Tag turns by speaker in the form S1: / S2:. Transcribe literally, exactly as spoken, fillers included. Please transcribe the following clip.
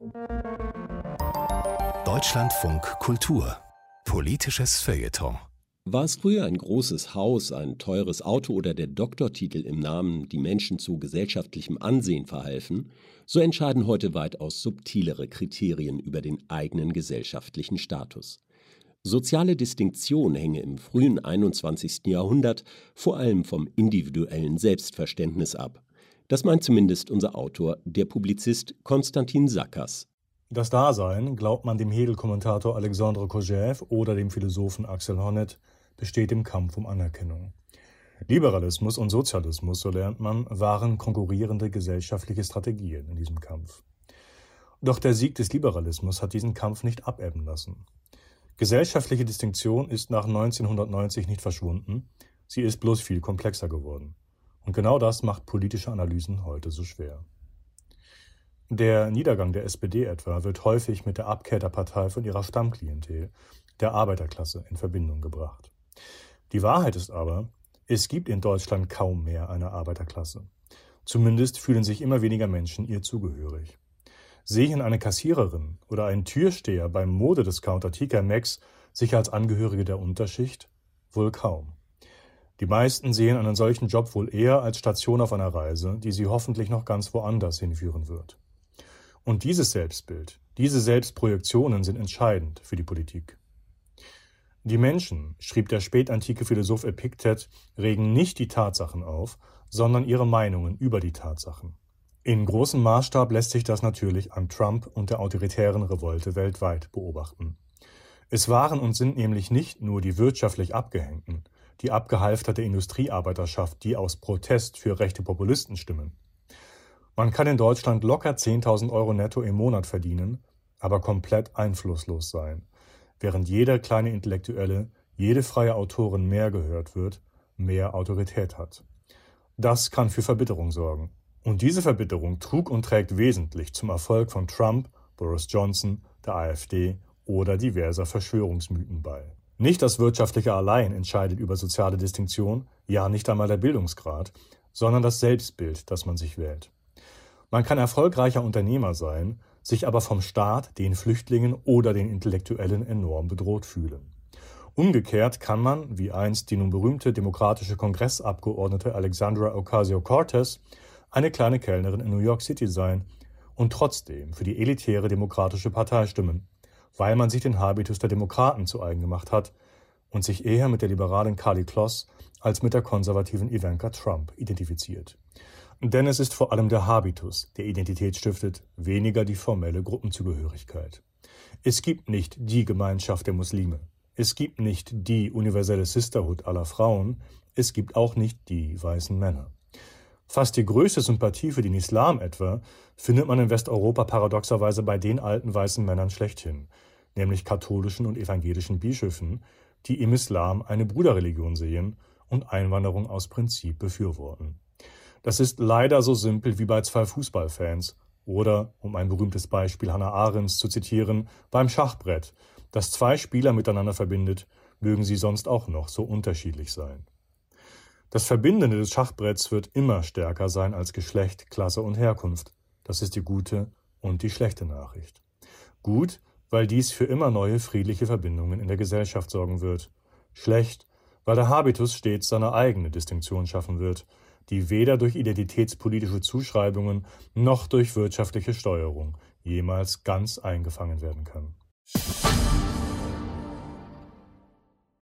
S1: Deutschlandfunk Kultur. Politisches Feuilleton.
S2: War es früher ein großes Haus, ein teures Auto oder der Doktortitel im Namen, die Menschen zu gesellschaftlichem Ansehen verhalfen, so entscheiden heute weitaus subtilere Kriterien über den eigenen gesellschaftlichen Status. Soziale Distinktion hänge im frühen einundzwanzigsten Jahrhundert vor allem vom individuellen Selbstverständnis ab. Das meint zumindest unser Autor, der Publizist Konstantin Sakas.
S3: Das Dasein, glaubt man dem Hegel-Kommentator Alexandre Kojève oder dem Philosophen Axel Honneth, besteht im Kampf um Anerkennung. Liberalismus und Sozialismus, so lernt man, waren konkurrierende gesellschaftliche Strategien in diesem Kampf. Doch der Sieg des Liberalismus hat diesen Kampf nicht abebben lassen. Gesellschaftliche Distinktion ist nach neunzehnhundertneunzig nicht verschwunden, sie ist bloß viel komplexer geworden. Und genau das macht politische Analysen heute so schwer. Der Niedergang der S P D etwa wird häufig mit der Abkehr der Partei von ihrer Stammklientel, der Arbeiterklasse, in Verbindung gebracht. Die Wahrheit ist aber, es gibt in Deutschland kaum mehr eine Arbeiterklasse. Zumindest fühlen sich immer weniger Menschen ihr zugehörig. Sehen eine Kassiererin oder ein Türsteher beim Modediscounter T K Maxx sich als Angehörige der Unterschicht? Wohl kaum. Die meisten sehen einen solchen Job wohl eher als Station auf einer Reise, die sie hoffentlich noch ganz woanders hinführen wird. Und dieses Selbstbild, diese Selbstprojektionen sind entscheidend für die Politik. Die Menschen, schrieb der spätantike Philosoph Epiktet, regen nicht die Tatsachen auf, sondern ihre Meinungen über die Tatsachen. In großem Maßstab lässt sich das natürlich an Trump und der autoritären Revolte weltweit beobachten. Es waren und sind nämlich nicht nur die wirtschaftlich Abgehängten, die abgehalfterte Industriearbeiterschaft, die aus Protest für rechte Populisten stimmen. Man kann in Deutschland locker zehntausend Euro netto im Monat verdienen, aber komplett einflusslos sein, während jeder kleine Intellektuelle, jede freie Autorin mehr gehört wird, mehr Autorität hat. Das kann für Verbitterung sorgen. Und diese Verbitterung trug und trägt wesentlich zum Erfolg von Trump, Boris Johnson, der AfD oder diverser Verschwörungsmythen bei. Nicht das Wirtschaftliche allein entscheidet über soziale Distinktion, ja nicht einmal der Bildungsgrad, sondern das Selbstbild, das man sich wählt. Man kann erfolgreicher Unternehmer sein, sich aber vom Staat, den Flüchtlingen oder den Intellektuellen enorm bedroht fühlen. Umgekehrt kann man, wie einst die nun berühmte demokratische Kongressabgeordnete Alexandra Ocasio-Cortez, eine kleine Kellnerin in New York City sein und trotzdem für die elitäre Demokratische Partei stimmen, weil man sich den Habitus der Demokraten zu eigen gemacht hat und sich eher mit der liberalen Karlie Kloss als mit der konservativen Ivanka Trump identifiziert. Denn es ist vor allem der Habitus, der Identität stiftet, weniger die formelle Gruppenzugehörigkeit. Es gibt nicht die Gemeinschaft der Muslime. Es gibt nicht die universelle Sisterhood aller Frauen. Es gibt auch nicht die weißen Männer. Fast die größte Sympathie für den Islam etwa findet man in Westeuropa paradoxerweise bei den alten weißen Männern schlechthin, nämlich katholischen und evangelischen Bischöfen, die im Islam eine Bruderreligion sehen und Einwanderung aus Prinzip befürworten. Das ist leider so simpel wie bei zwei Fußballfans oder, um ein berühmtes Beispiel Hannah Arendts zu zitieren, beim Schachbrett, das zwei Spieler miteinander verbindet, mögen sie sonst auch noch so unterschiedlich sein. Das Verbindende des Schachbretts wird immer stärker sein als Geschlecht, Klasse und Herkunft. Das ist die gute und die schlechte Nachricht. Gut, weil dies für immer neue friedliche Verbindungen in der Gesellschaft sorgen wird. Schlecht, weil der Habitus stets seine eigene Distinktion schaffen wird, die weder durch identitätspolitische Zuschreibungen noch durch wirtschaftliche Steuerung jemals ganz eingefangen werden kann.